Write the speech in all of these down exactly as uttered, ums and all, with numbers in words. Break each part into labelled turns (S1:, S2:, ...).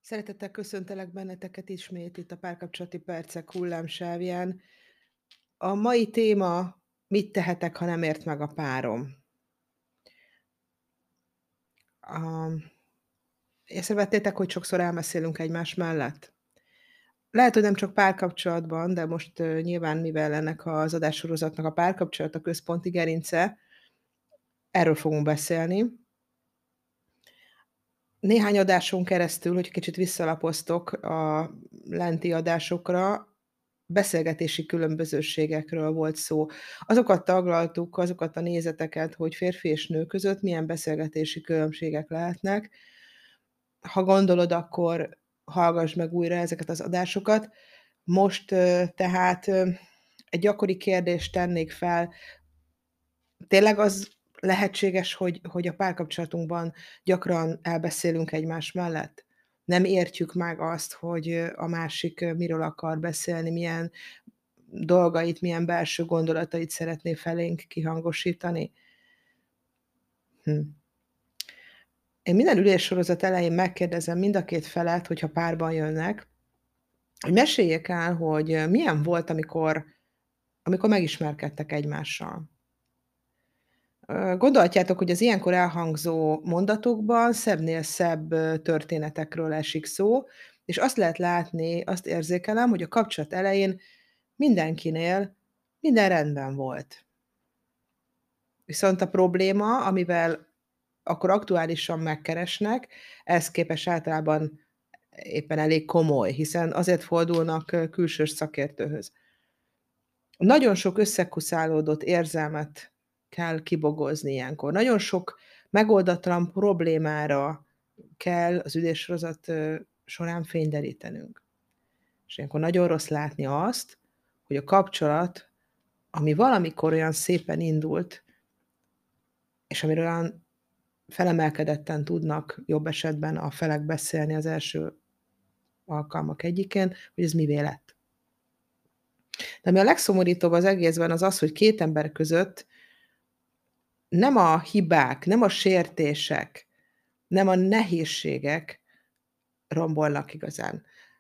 S1: Szeretettel köszöntelek benneteket ismét itt a Párkapcsolati Percek hullámsávján. A mai téma: mit tehetek, ha nem ért meg a párom? Am, észrevettétek, hogy sokszor elbeszélünk egymás mellett? Lehet, hogy nem csak párkapcsolatban, de most, ö, nyilván mivel ennek az adássorozatnak a párkapcsolat a központi gerince, erről fogunk beszélni. Néhány adáson keresztül, hogy kicsit visszalapoztok a lenti adásokra, beszélgetési különbözőségekről volt szó. Azokat taglaltuk, azokat a nézeteket, hogy férfi és nő között milyen beszélgetési különbségek lehetnek. Ha gondolod, akkor hallgass meg újra ezeket az adásokat. Most, ö, tehát, ö, egy gyakori kérdést tennék fel. Tényleg az lehetséges, hogy hogy a párkapcsolatunkban gyakran elbeszélünk egymás mellett? Nem értjük meg azt, hogy, ö, a másik, ö, miről akar beszélni, milyen dolgait, milyen belső gondolatait szeretné felénk kihangosítani? Hm. Én minden üléssorozat elején megkérdezem mind a két felet, hogyha párban jönnek, hogy meséljék el, hogy, ö, milyen volt, amikor amikor megismerkedtek egymással. Ö, gondolhatjátok, hogy az ilyenkor elhangzó mondatokban szebbnél szebb, ö, történetekről esik szó, és azt lehet látni, azt érzékelem, hogy a kapcsolat elején mindenkinél minden rendben volt. Viszont a probléma, amivel akkor aktuálisan megkeresnek, ehhez képest általában éppen elég komoly, hiszen azért fordulnak, ö, külsős szakértőhöz. Nagyon sok összekuszálódott érzelmet kell kibogozni ilyenkor. Nagyon sok megoldatlan problémára kell az üléssorozat, ö, során fényderítenünk. És ilyenkor nagyon rossz látni azt, hogy a kapcsolat, ami valamikor olyan szépen indult, és amiről olyan felemelkedetten tudnak jobb esetben a felek beszélni az első alkalmak egyikén, hogy ez mivé lett. De ami a legszomorítóbb az egészben az az, hogy két ember között nem a hibák, nem a sértések, nem a nehézségek rombolnak igazán.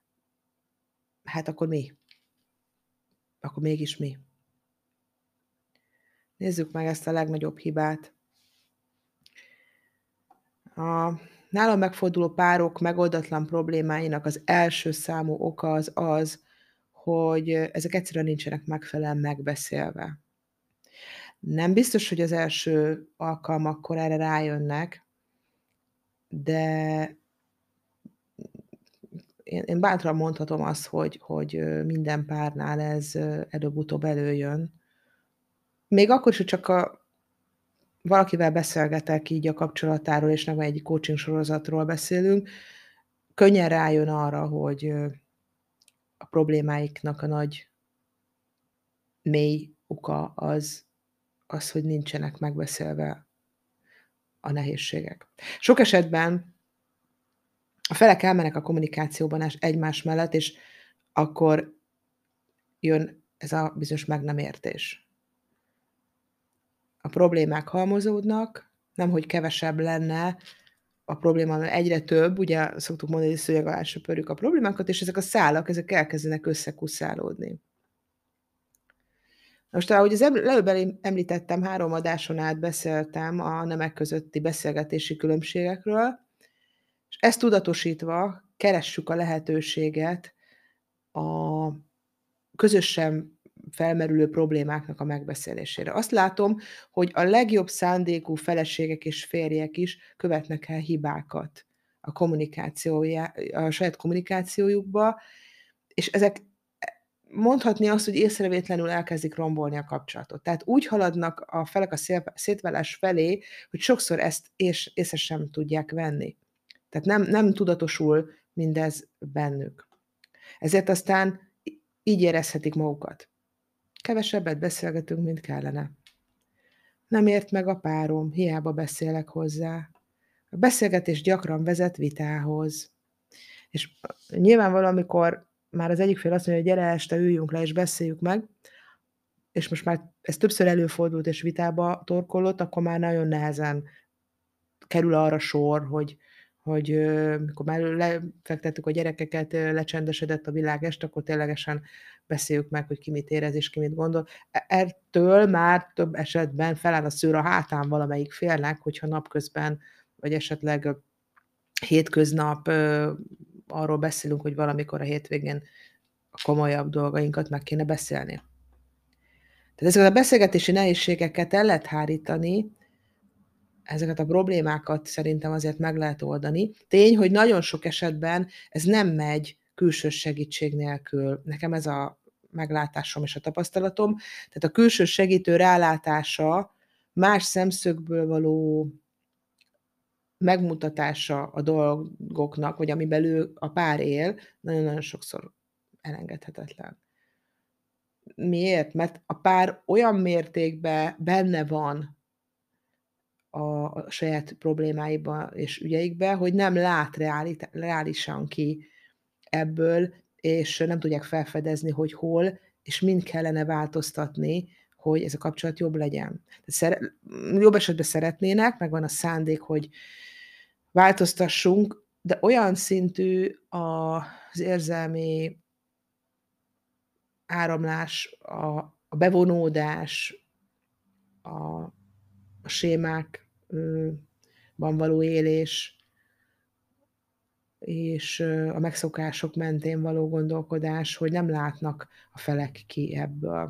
S1: Hát akkor mi? Akkor mégis mi? Nézzük meg ezt a legnagyobb hibát. A nálam megforduló párok megoldatlan problémáinak az első számú oka az az, hogy ezek egyszerűen nincsenek megfelelően megbeszélve. Nem biztos, hogy az első alkalmakkor erre rájönnek, de én én bátran mondhatom azt, hogy hogy, ö, minden párnál ez, ö, előbb-utóbb előjön. Még akkor is, hogy csak a valakivel beszélgetek így a kapcsolatáról, és nem egy coaching sorozatról beszélünk, könnyen rájön arra, hogy, ö, a problémáiknak a nagy mély oka az az, hogy nincsenek megbeszélve a nehézségek. Sok esetben a felek elmennek a kommunikációban es egymás mellett, és akkor jön ez a bizonyos meg nem értés. A problémák halmozódnak, nemhogy kevesebb lenne a probléma, hanem egyre több, ugye szoktuk mondani, hogy szőnyeg alá söpörjük a problémákat, és ezek a szálak, ezek elkezdenek összekuszálódni. Most, ahogy az eb előbb elém említettem, három adáson át beszéltem a nemek közötti beszélgetési különbségekről, és ezt tudatosítva keressük a lehetőséget a közösen felmerülő problémáknak a megbeszélésére. Azt látom, hogy a legjobb szándékú feleségek és férjek is követnek el hibákat a kommunikációjá a saját kommunikációjukba, és ezek e mondhatni azt, hogy észrevétlenül elkezdik rombolni a kapcsolatot. Tehát úgy haladnak a felek a szélp szétválás felé, hogy sokszor ezt és észre sem tudják venni. Tehát nem nem tudatosul mindez bennük. Ezért aztán i így érezhetik magukat. Kevesebbet beszélgetünk, mint kellene. Nem ért meg a párom, hiába beszélek hozzá. A beszélgetés gyakran vezet vitához. És nyilvánvalóan, amikor már az egyik fél azt mondja, hogy gyere este üljünk le és beszéljük meg, és most már ez többször előfordult és vitába torkollott, akkor már nagyon nehezen kerül arra sor, hogy hogy ö, mikor már lefektettük a gyerekeket, ö, lecsendesedett a világ este, akkor ténylegesen beszéljük meg, hogy ki mit érez és ki mit gondol. E ettől már több esetben feláll a szőr a hátán valamelyik félnek, hogyha napközben, vagy esetleg ö, hétköznap ö, arról beszélünk, hogy valamikor a hétvégén a komolyabb dolgainkat meg kéne beszélni. Tehát ezeket a beszélgetési nehézségeket el lehet hárítani, ezeket a problémákat szerintem azért meg lehet oldani. Tény, hogy nagyon sok esetben ez nem megy külsős segítség nélkül. Nekem ez a meglátásom és a tapasztalatom. Tehát a külsős segítő rálátása, más szemszögből való megmutatása a dolgoknak, vagy amiben ő a pár él, nagyon-nagyon sokszor elengedhetetlen. Miért? Mert a pár olyan mértékben benne van a a saját problémáiba és ügyeikbe, hogy nem lát reálita reálisan ki ebből, és nem tudják felfedezni, hogy hol, és mind kellene változtatni, hogy ez a kapcsolat jobb legyen. Szere jobb esetben szeretnének, megvan a szándék, hogy változtassunk, de olyan szintű az érzelmi áramlás, a a bevonódás, a a sémák ö, ban való élés, és ö, a megszokások mentén való gondolkodás, hogy nem látnak a felek ki ebből.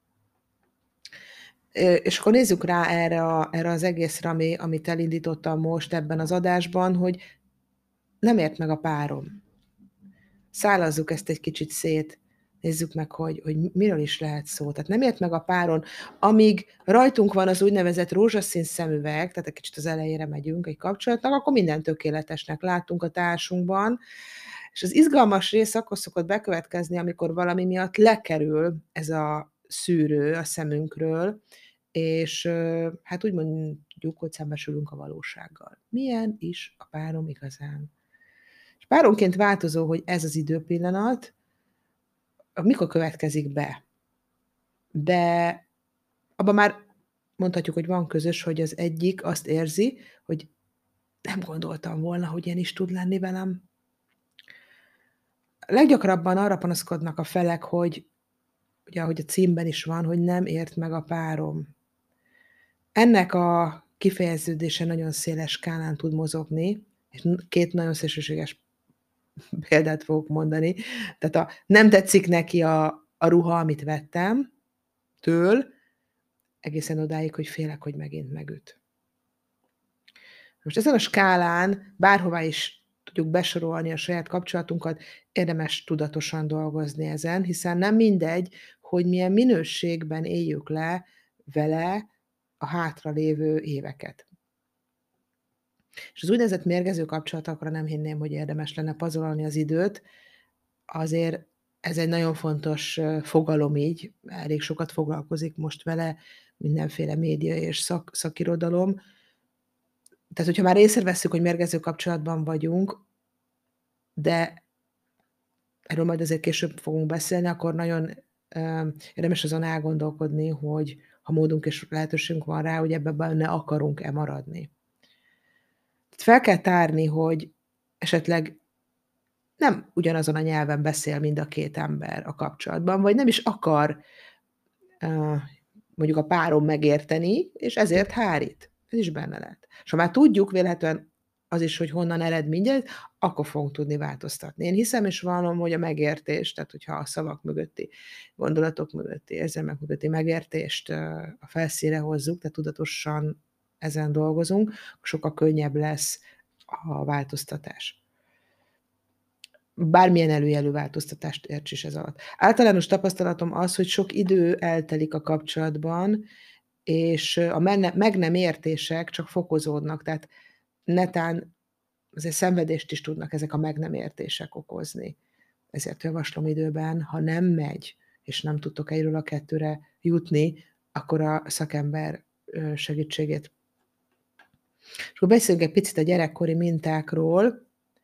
S1: Ö, és akkor nézzük rá erre a erre az egészre, ami amit elindítottam most ebben az adásban, hogy nem ért meg a párom. Szálazzuk ezt egy kicsit szét, nézzük meg, hogy hogy miről is lehet szó. Tehát nem ért meg a páron, amíg rajtunk van az úgynevezett rózsaszín szemüveg, tehát egy kicsit az elejére megyünk egy kapcsolatnak, akkor mindent tökéletesnek látunk a társunkban, és az izgalmas rész akkor szokott bekövetkezni, amikor valami miatt lekerül ez a szűrő a szemünkről, és ö, hát úgy mondjuk, hogy szembesülünk a valósággal. Milyen is a párom igazán? És páronként változó, hogy ez az időpillanat, mikor következik be. De abban már mondhatjuk, hogy van közös, hogy az egyik azt érzi, hogy nem gondoltam volna, hogy ilyen is tud lenni velem. Leggyakrabban arra panaszkodnak a felek, hogy ugye, ahogy a címben is van, hogy nem ért meg a párom. Ennek a kifejeződése nagyon széles skálán tud mozogni, és két nagyon szélsőséges példát fogok mondani. Tehát a nem tetszik neki a, a ruha, amit vettem től, egészen odáig, hogy félek, hogy megint megüt. Most ezen a skálán bárhová is tudjuk besorolni a saját kapcsolatunkat, érdemes tudatosan dolgozni ezen, hiszen nem mindegy, hogy milyen minőségben éljük le vele a hátralévő éveket. És az úgynevezett mérgező kapcsolatokra nem hinném, hogy érdemes lenne pazarolni az időt, azért ez egy nagyon fontos fogalom így, elég sokat foglalkozik most vele mindenféle média és szak szakirodalom. Tehát, hogyha már észrevesszük, hogy mérgező kapcsolatban vagyunk, de erről majd azért később fogunk beszélni, akkor nagyon ö, érdemes azon elgondolkodni, hogy ha módunk és lehetőségünk van rá, hogy ebben benne akarunk-e maradni. Fel kell tárni, hogy esetleg nem ugyanazon a nyelven beszél mind a két ember a kapcsolatban, vagy nem is akar ö, mondjuk a párom megérteni, és ezért hárít. Ez is benne lehet. És ha már tudjuk vélhetően az is, hogy honnan ered mindjárt, akkor fogunk tudni változtatni. Én hiszem és vallom, hogy a megértés, tehát hogyha a szavak mögötti, gondolatok mögötti, érzelmek mögötti megértést a felszínre hozzuk, tehát tudatosan ezen dolgozunk, sokkal könnyebb lesz a változtatás. Bármilyen előjelű változtatást érts is ez alatt. Általános tapasztalatom az, hogy sok idő eltelik a kapcsolatban, és a meg nem értések csak fokozódnak, tehát netán azért szenvedést is tudnak ezek a meg nem értések okozni. Ezért javaslom időben, ha nem megy, és nem tudtok egyről a kettőre jutni, akkor a szakember segítségét. És akkor beszéljünk egy picit a gyerekkori mintákról.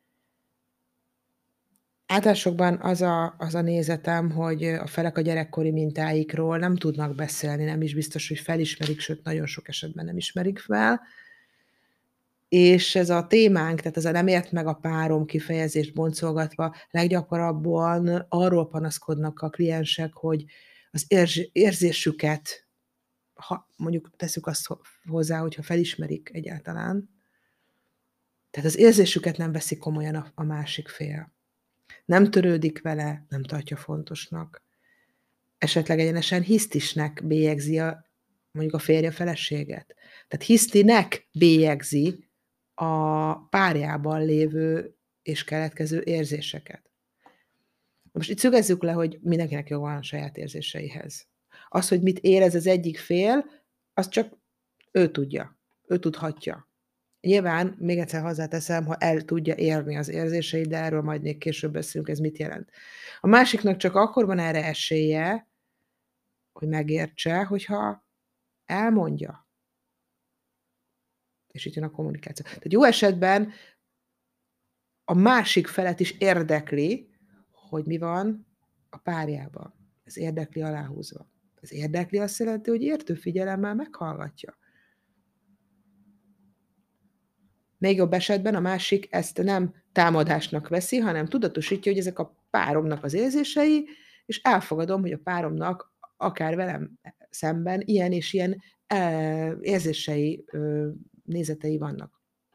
S1: Általásokban az a, az a nézetem, hogy a felek a gyerekkori mintáikról nem tudnak beszélni, nem is biztos, hogy felismerik, sőt, nagyon sok esetben nem ismerik fel. És ez a témánk, tehát ez a "nem ért meg a párom" kifejezést boncolgatva leggyakrabban arról panaszkodnak a kliensek, hogy az érzs érzésüket, ha mondjuk tesszük azt ho hozzá, hogyha felismerik egyáltalán, tehát az érzésüket nem veszi komolyan a a másik fél. Nem törődik vele, nem tartja fontosnak. Esetleg egyenesen hisztisnek bélyegzi a mondjuk a férje a feleséget. Tehát hisztinek bélyegzi a párjában lévő és keletkező érzéseket. Most itt szögezzük le, hogy mindenkinek joga van a saját érzéseihez. Az, hogy mit érez az egyik fél, azt csak ő tudja, ő tudhatja. Nyilván, még egyszer hozzáteszem, ha el tudja élni az érzéseit, de erről majd még később beszélünk, ez mit jelent. A másiknak csak akkor van erre esélye, hogy megértse, hogyha elmondja. És itt jön a kommunikáció. Tehát jó esetben a másik felet is érdekli, hogy mi van a párjában. Ez érdekli aláhúzva. Ez érdekli azt jelenti, hogy értő figyelemmel meghallgatja. Még jobb esetben a másik ezt nem támadásnak veszi, hanem tudatosítja, hogy ezek a páromnak az érzései, és elfogadom, hogy a páromnak akár velem szemben ilyen és ilyen, eee, érzései, ö, nézetei vannak.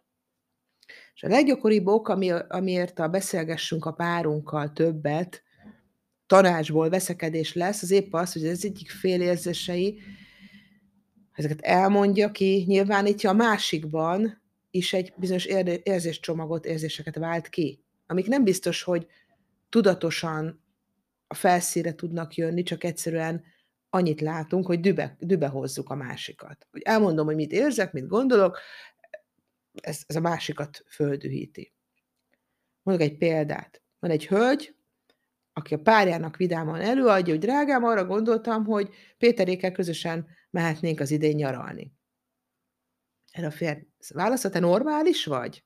S1: És a leggyakoribb ok, ami amiért a beszélgessünk a párunkkal többet, tanácsból veszekedés lesz, az épp az, hogy az egyik fél érzései, ezeket elmondja ki, nyilvánítja, a másikban is egy bizonyos érde érzéscsomagot, érzéseket vált ki, amik nem biztos, hogy tudatosan a felszínre tudnak jönni, csak egyszerűen annyit látunk, hogy dübe dühbe hozzuk a másikat. Hogy elmondom, hogy mit érzek, mit gondolok, ez ez a másikat földühíti. Mondok egy példát. Van egy hölgy, aki a párjának vidáman előadja, hogy drágám, arra gondoltam, hogy Péterékkel közösen mehetnénk az idén nyaralni. Erre a férj válasza: te normális vagy?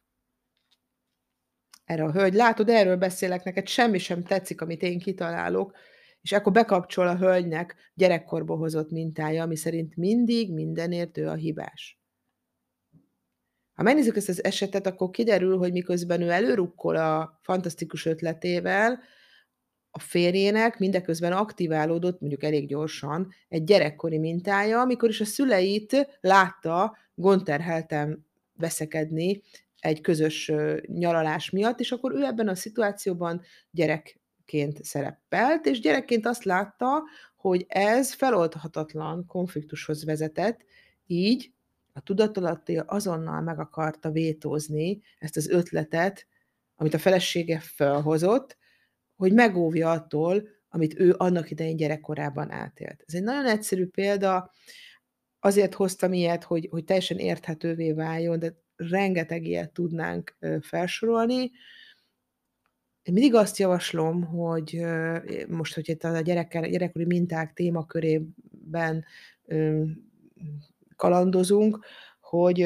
S1: Erre a hölgy: látod, erről beszélek, neked semmi sem tetszik, amit én kitalálok, és akkor bekapcsol a hölgynek gyerekkorból hozott mintája, ami szerint mindig mindenért ő a hibás. Ha megnézzük ezt az esetet, akkor kiderül, hogy miközben ő előrukkol a fantasztikus ötletével, a férjének mindeközben aktiválódott, mondjuk elég gyorsan, egy gyerekkori mintája, amikor is a szüleit látta gondterhelten veszekedni egy közös ö, nyaralás miatt, és akkor ő ebben a szituációban gyerekként szerepelt, és gyerekként azt látta, hogy ez feloldhatatlan konfliktushoz vezetett, így a tudatalatti azonnal meg akarta vétózni ezt az ötletet, amit a felesége felhozott, hogy megóvja attól, amit ő annak idején gyerekkorában átélt. Ez egy nagyon egyszerű példa, azért hoztam ilyet, hogy hogy teljesen érthetővé váljon, de rengeteg ilyet tudnánk, ö, felsorolni. Én mindig azt javaslom, hogy, ö, most, hogy itt a gyerekkel gyerekkori minták témakörében, ö, kalandozunk, hogy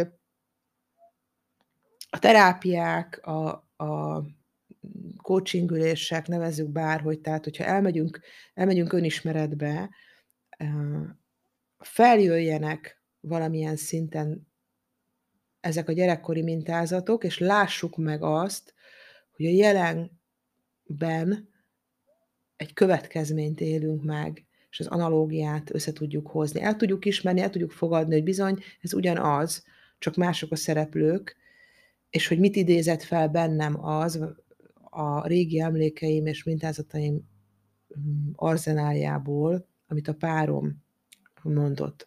S1: a terápiák, a a coaching ülések, nevezzük bárhogy, tehát hogyha elmegyünk elmegyünk önismeretbe, ö, feljöjjenek valamilyen szinten ezek a gyerekkori mintázatok, és lássuk meg azt, hogy a jelenben egy következményt élünk meg, és az analógiát össze tudjuk hozni. El tudjuk ismerni, el tudjuk fogadni, hogy bizony ez ugyanaz, csak mások a szereplők, és hogy mit idézett fel bennem az, a régi emlékeim és mintázataim, hm, arzenáljából, amit a párom mondott.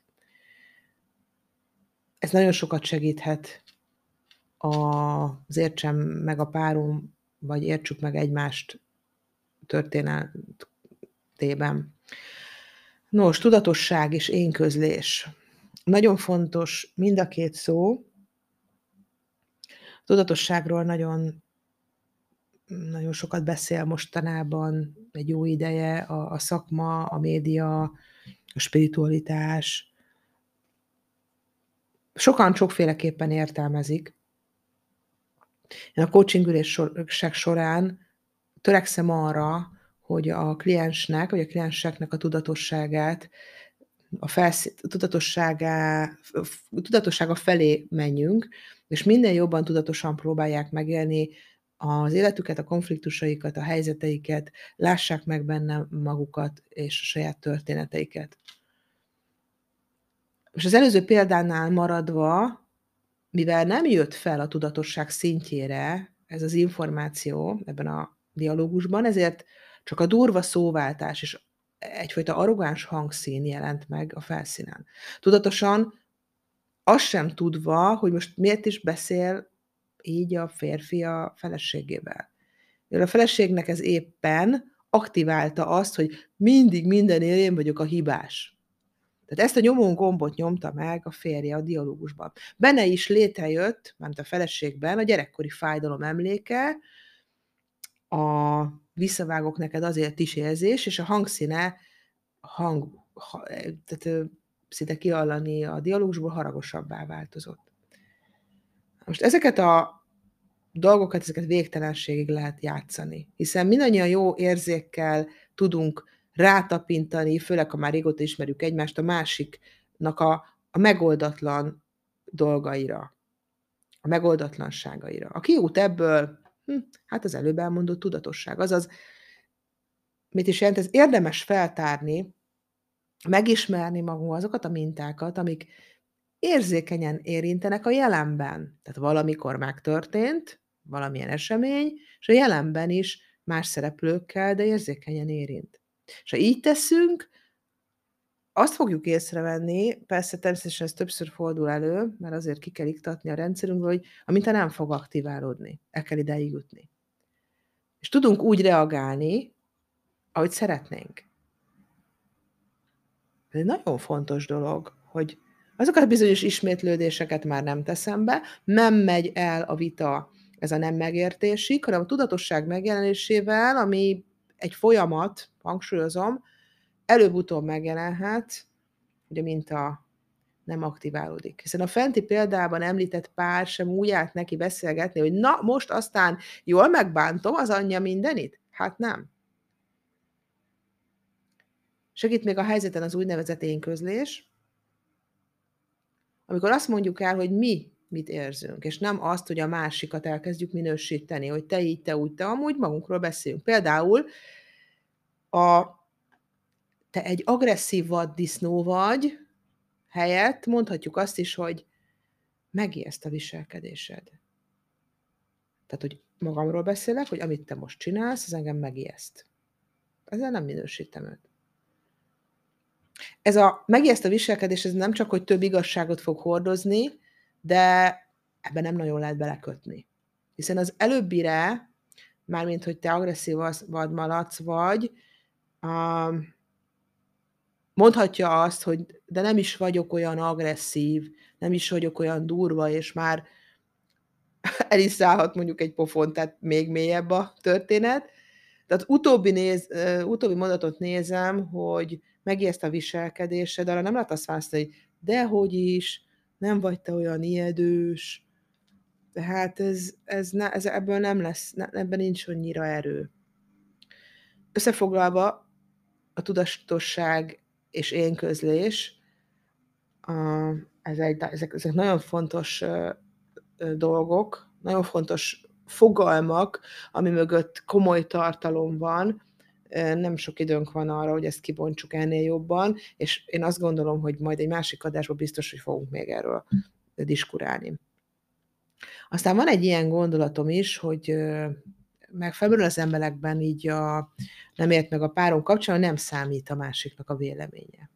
S1: Ez nagyon sokat segíthet az értsem meg a párom, vagy értsük meg egymást történetében. Nos, tudatosság és énközlés. Nagyon fontos mind a két szó. Tudatosságról nagyon nagyon sokat beszél mostanában, egy jó ideje a a szakma, a média, a spiritualitás. Sokan sokféleképpen értelmezik. Én a coaching ülések során törekszem arra, hogy a kliensnek, vagy a klienseknek a tudatosságát a felszí tudatosságá f f tudatossága felé menjünk, és minél jobban tudatosan próbálják megélni az életüket, a konfliktusaikat, a helyzeteiket, lássák meg benne magukat és a saját történeteiket. És az előző példánál maradva, mivel nem jött fel a tudatosság szintjére ez az információ ebben a dialógusban, ezért csak a durva szóváltás és egyfajta arrogáns hangszín jelent meg a felszínen. Tudatosan azt sem tudva, hogy most miért is beszél így a férfi a feleségével. Mivel a feleségnek ez éppen aktiválta azt, hogy mindig mindennél én vagyok a hibás. Tehát ezt a nyomó gombot nyomta meg a férje a dialógusban. Benne is létrejött, mármint a feleségben, a gyerekkori fájdalom emléke, a visszavágok neked azért is érzés, és a hangszíne hang ha tehát, ö, szinte kihallani a dialógusból haragosabbá változott. Most ezeket a dolgokat, ezeket végtelenségig lehet játszani, hiszen mindannyian jó érzékkel tudunk rátapintani, főleg ha már régóta ismerjük egymást, a másiknak a a megoldatlan dolgaira, a megoldatlanságaira. A kiút ebből, hm, hát az előbb elmondott tudatosság. Azaz, mit is jelent ez? Érdemes feltárni, megismerni magunk azokat a mintákat, amik érzékenyen érintenek a jelenben. Tehát valamikor megtörtént valamilyen esemény, és a jelenben is más szereplőkkel, de érzékenyen érint. És ha így teszünk, azt fogjuk észrevenni, persze természetesen ez többször fordul elő, mert azért ki kell iktatni a rendszerünkből, hogy a minta nem fog aktiválódni, el kell ideig jutni. És tudunk úgy reagálni, ahogy szeretnénk. Ez egy nagyon fontos dolog, hogy azokat a bizonyos ismétlődéseket már nem teszem be, nem megy el a vita, ez a nem megértésig, hanem a tudatosság megjelenésével, ami egy folyamat, hangsúlyozom, előbb-utóbb megjelenhet, hogy a minta nem aktiválódik. Hiszen a fenti példában említett pár sem úgy állt neki beszélgetni, hogy na, most aztán jól megbántom az anyja mindenit? Hát nem. Segít még a helyzeten az úgynevezett én-közlés, amikor azt mondjuk el, hogy mi mit érzünk, és nem azt, hogy a másikat elkezdjük minősíteni, hogy te így, te úgy, te amúgy, magunkról beszélünk. Például a te egy agresszív vaddisznó vagy, helyett mondhatjuk azt is, hogy megijeszt a viselkedésed. Tehát, hogy magamról beszélek, hogy amit te most csinálsz, az engem megijeszt. Ezzel nem minősítem őt. Ez a megijeszt a viselkedés, ez nem csak, hogy több igazságot fog hordozni, de ebben nem nagyon lehet belekötni. Hiszen az előbbire, mármint, hogy te agresszív vadmalac vagy, um, mondhatja azt, hogy de nem is vagyok olyan agresszív, nem is vagyok olyan durva, és már el is szállhat mondjuk egy pofon, tehát még mélyebb a történet. Tehát utóbbi, néz, utóbbi mondatot nézem, hogy megijeszt a viselkedésed, arra nem lehet azt választani, hogy dehogy is, nem vagy te olyan ijedős, tehát ez, ez, ne, ez ebből nem lesz, ne, ebben nincs annyira erő. Összefoglalva, a tudatosság és én-közlés, a, ez egy, ezek, ezek nagyon fontos ö, ö, dolgok, nagyon fontos fogalmak, ami mögött komoly tartalom van. Nem sok időnk van arra, hogy ezt kibontsuk ennél jobban, és én azt gondolom, hogy majd egy másik adásban biztos, hogy fogunk még erről diskurálni. Aztán van egy ilyen gondolatom is, hogy meg felmerül az emberekben így a nem ért meg a párom kapcsán, nem számít a másiknak a véleménye.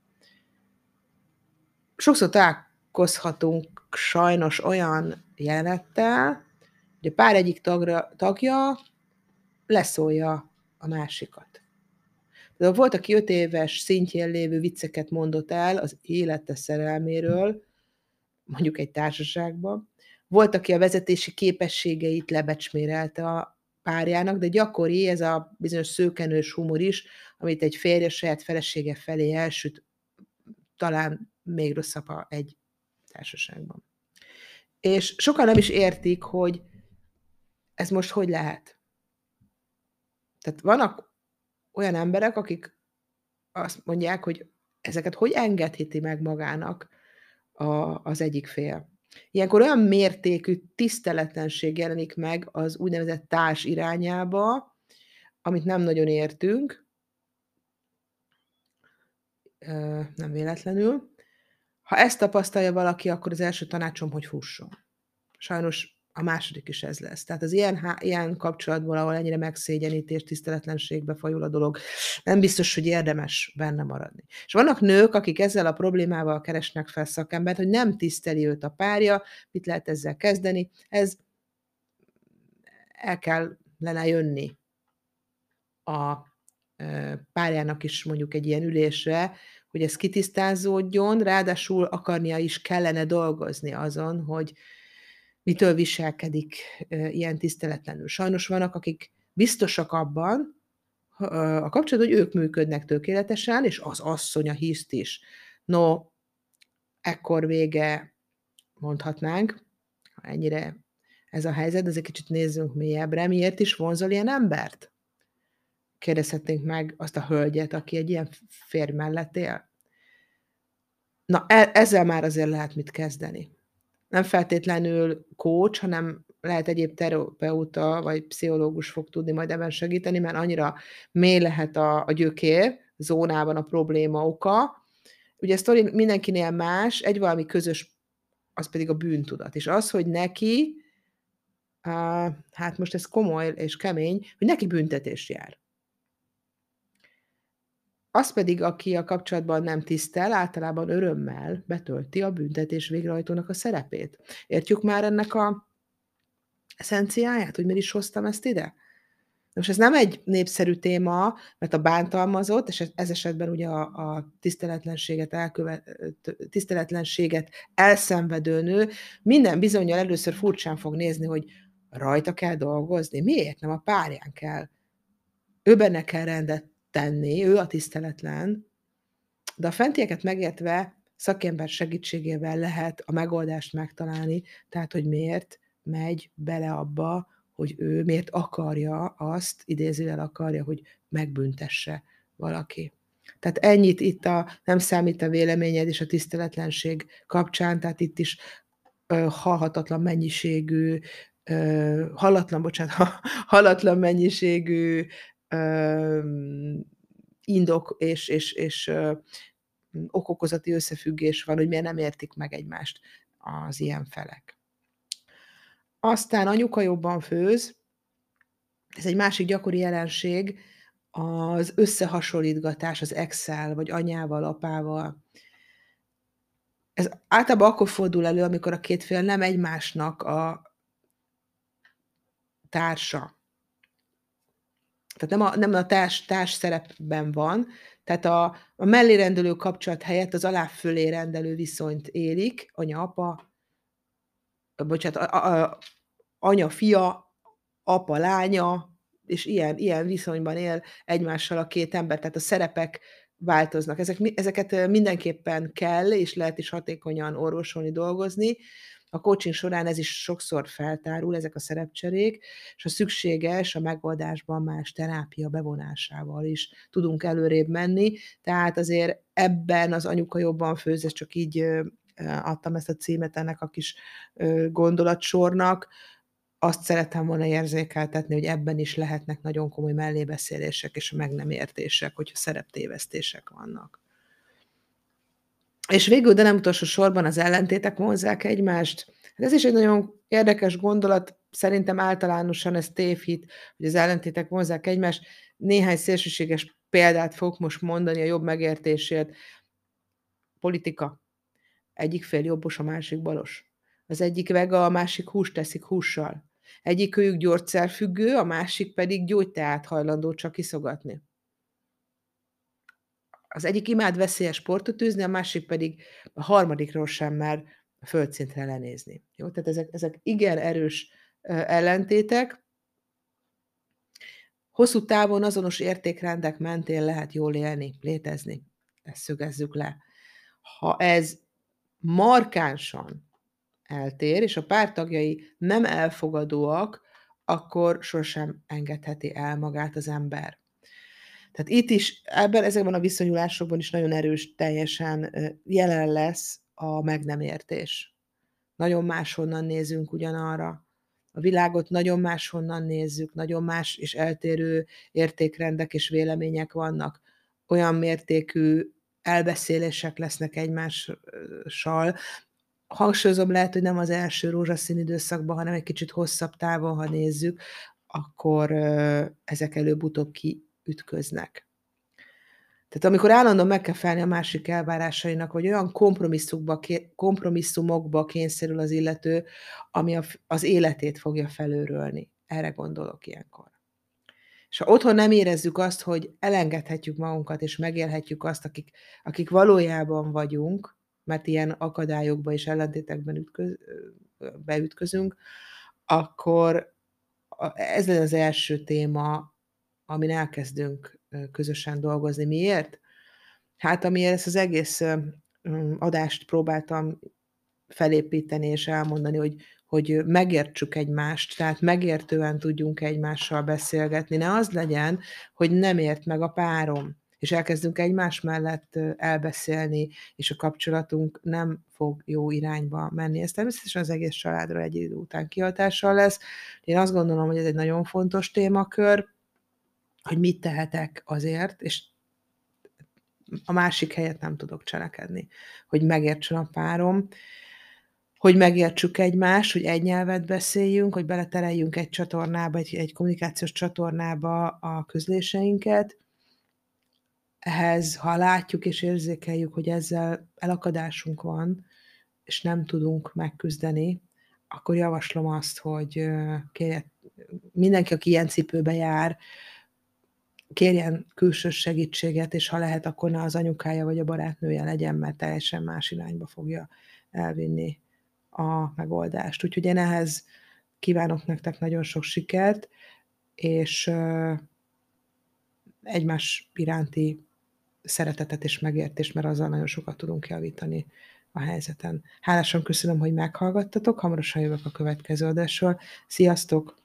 S1: Sokszor találkozhatunk sajnos olyan jelenettel, hogy a pár egyik tagra, tagja leszólja a másikat. De volt, aki öt éves szintjén lévő vicceket mondott el az élete szerelméről, mondjuk egy társaságban. Volt, aki a vezetési képességeit lebecsmérelte a párjának, de gyakori ez a bizonyos szőkenős humor is, amit egy férje saját felesége felé elsüt, talán még rosszabb egy társaságban. És sokan nem is értik, hogy ez most hogy lehet. Tehát vannak olyan emberek, akik azt mondják, hogy ezeket hogy engedheti meg magának a az egyik fél? Ilyenkor olyan mértékű tiszteletlenség jelenik meg az úgynevezett társ irányába, amit nem nagyon értünk. Ö, nem véletlenül. Ha ezt tapasztalja valaki, akkor az első tanácsom, hogy fusson. Sajnos a második is ez lesz. Tehát az ilyen há ilyen kapcsolatból, ahol ennyire megszégyenítés, tiszteletlenségbe fajul a dolog, nem biztos, hogy érdemes benne maradni. És vannak nők, akik ezzel a problémával keresnek fel szakembert, hogy nem tiszteli őt a párja, mit lehet ezzel kezdeni. Ez el kellene jönni a, ö, párjának is mondjuk egy ilyen ülésre, hogy ez kitisztázódjon, ráadásul akarnia is kellene dolgozni azon, hogy mitől viselkedik, ö, ilyen tiszteletlenül. Sajnos vannak, akik biztosak abban, ha ö, a kapcsolatban, hogy ők működnek tökéletesen, és az asszony a hiszt is. No, ekkor vége, mondhatnánk, ha ennyire ez a helyzet, de azért kicsit nézzünk mélyebbre. Miért is vonzol ilyen embert? Kérdezhetnénk meg azt a hölgyet, aki egy ilyen f férj mellett él. Na, e ezzel már azért lehet mit kezdeni. Nem feltétlenül coach, hanem lehet egyéb terapeuta vagy pszichológus fog tudni majd ebben segíteni, mert annyira mély lehet a a gyökér zónában a probléma oka. Ugye a sztori mindenkinél más, egy valami közös, az pedig a bűntudat. És az, hogy neki, á, hát most ez komoly és kemény, hogy neki büntetés jár. Az pedig, aki a kapcsolatban nem tisztel, általában örömmel betölti a büntetés végrehajtónak a szerepét. Értjük már ennek a eszenciáját, hogy miért is hoztam ezt ide? Most ez nem egy népszerű téma, mert a bántalmazott, és ez esetben ugye a a tiszteletlenséget elköve t tiszteletlenséget elszenvedő nő minden bizonnyal először furcsán fog nézni, hogy rajta kell dolgozni. Miért? Nem a párján kell. Ő benne kell rendet tenni, ő a tiszteletlen. De a fentieket megértve szakember segítségével lehet a megoldást megtalálni, tehát hogy miért megy bele abba, hogy ő miért akarja azt, idézőjel akarja, hogy megbüntesse valaki. Tehát ennyit itt a nem számít a véleményed és a tiszteletlenség kapcsán, tehát itt is ö, halhatatlan mennyiségű, ö, hallatlan, bocsánat, ha hallatlan mennyiségű öm, indok és, és, és ö, ok-okozati összefüggés van, hogy miért nem értik meg egymást az ilyen felek. Aztán anyuka jobban főz, ez egy másik gyakori jelenség, az összehasonlítgatás az exszel, vagy anyával, apával. Ez általában akkor fordul elő, amikor a két fél nem egymásnak a társa. Tehát nem a nem a társ társ szerepben van, tehát a a mellérendelő kapcsolat helyett az alá-fölé rendelő viszonyt élik, anya-apa, bocsánat, a a a anya-fia, apa-lánya, és ilyen ilyen viszonyban él egymással a két ember, tehát a szerepek változnak. Ezek mi ezeket mindenképpen kell és lehet is hatékonyan orvosolni, dolgozni. A coaching során ez is sokszor feltárul, ezek a szerepcserék, és ha szükséges, a megoldásban más terápia bevonásával is tudunk előrébb menni. Tehát azért ebben az anyuka jobban főz, ezt csak így, ö, adtam ezt a címet ennek a kis, ö, gondolatsornak. Azt szerettem volna érzékeltetni, hogy ebben is lehetnek nagyon komoly mellébeszélések és meg nem értések, hogyha szereptévesztések vannak. És végül, de nem utolsó sorban az ellentétek vonzzák egymást. Hát ez is egy nagyon érdekes gondolat, szerintem általánosan ez tévhit, hogy az ellentétek vonzzák egymást. Néhány szélsőséges példát fogok most mondani a jobb megértésért. Politika. Egyik fél jobbos, a másik balos. Az egyik vega, a másik húst teszik hússal. Egyikőjük gyógyszerfüggő, a másik pedig gyógyteát hajlandó csak iszogatni. Az egyik imád veszélyes sportot űzni, a másik pedig a harmadikról sem mer a földszintre lenézni. Jó? Tehát ezek ezek igen erős, ö, ellentétek. Hosszú távon azonos értékrendek mentén lehet jól élni, létezni. Ezt szögezzük le. Ha ez markánsan eltér, és a pár tagjai nem elfogadóak, akkor sosem engedheti el magát az ember. Tehát itt is, ebben ezekben a viszonyulásokban is nagyon erős teljesen ö, jelen lesz a meg nem értés. Nagyon máshonnan nézünk ugyanarra. A világot nagyon máshonnan nézzük, nagyon más és eltérő értékrendek és vélemények vannak. Olyan mértékű elbeszélések lesznek egymással. Hangsúlyozom, lehet, hogy nem az első rózsaszín időszakban, hanem egy kicsit hosszabb távon, ha nézzük, akkor ö, ezek előbb-utóbb kiütköznek. Tehát amikor állandóan meg kell felelni a másik elvárásainak, vagy olyan kompromisszumokba, kompromisszumokba kényszerül az illető, ami a, az életét fogja felőrölni. Erre gondolok ilyenkor. És ha otthon nem érezzük azt, hogy elengedhetjük magunkat, és megélhetjük azt, akik, akik valójában vagyunk, mert ilyen akadályokba és ellentétekben ütköz, beütközünk, akkor ez lesz az első téma, amin elkezdünk közösen dolgozni. Miért? Hát amiért ezt az egész adást próbáltam felépíteni és elmondani, hogy, hogy megértsük egymást, tehát megértően tudjunk egymással beszélgetni. Ne az legyen, hogy nem ért meg a párom, és elkezdünk egymás mellett elbeszélni, és a kapcsolatunk nem fog jó irányba menni. Ez természetesen az egész családra egy idő után kihatással lesz. Én azt gondolom, hogy ez egy nagyon fontos témakör, hogy mit tehetek azért, és a másik helyett nem tudok cselekedni, hogy megértsen a párom, hogy megértsük egymást, hogy egy nyelvet beszéljünk, hogy beletereljünk egy csatornába, egy, egy kommunikációs csatornába a közléseinket. Ehhez, ha látjuk és érzékeljük, hogy ezzel elakadásunk van, és nem tudunk megküzdeni, akkor javaslom azt, hogy kérje, mindenki, aki ilyen cipőbe jár, kérjen külsős segítséget, és ha lehet, akkor ne az anyukája vagy a barátnője legyen, mert teljesen más irányba fogja elvinni a megoldást. Úgyhogy én ehhez kívánok nektek nagyon sok sikert, és egymás iránti szeretetet és megértést, mert azzal nagyon sokat tudunk javítani a helyzeten. Hálásan köszönöm, hogy meghallgattatok, hamarosan jövök a következő adásról. Sziasztok!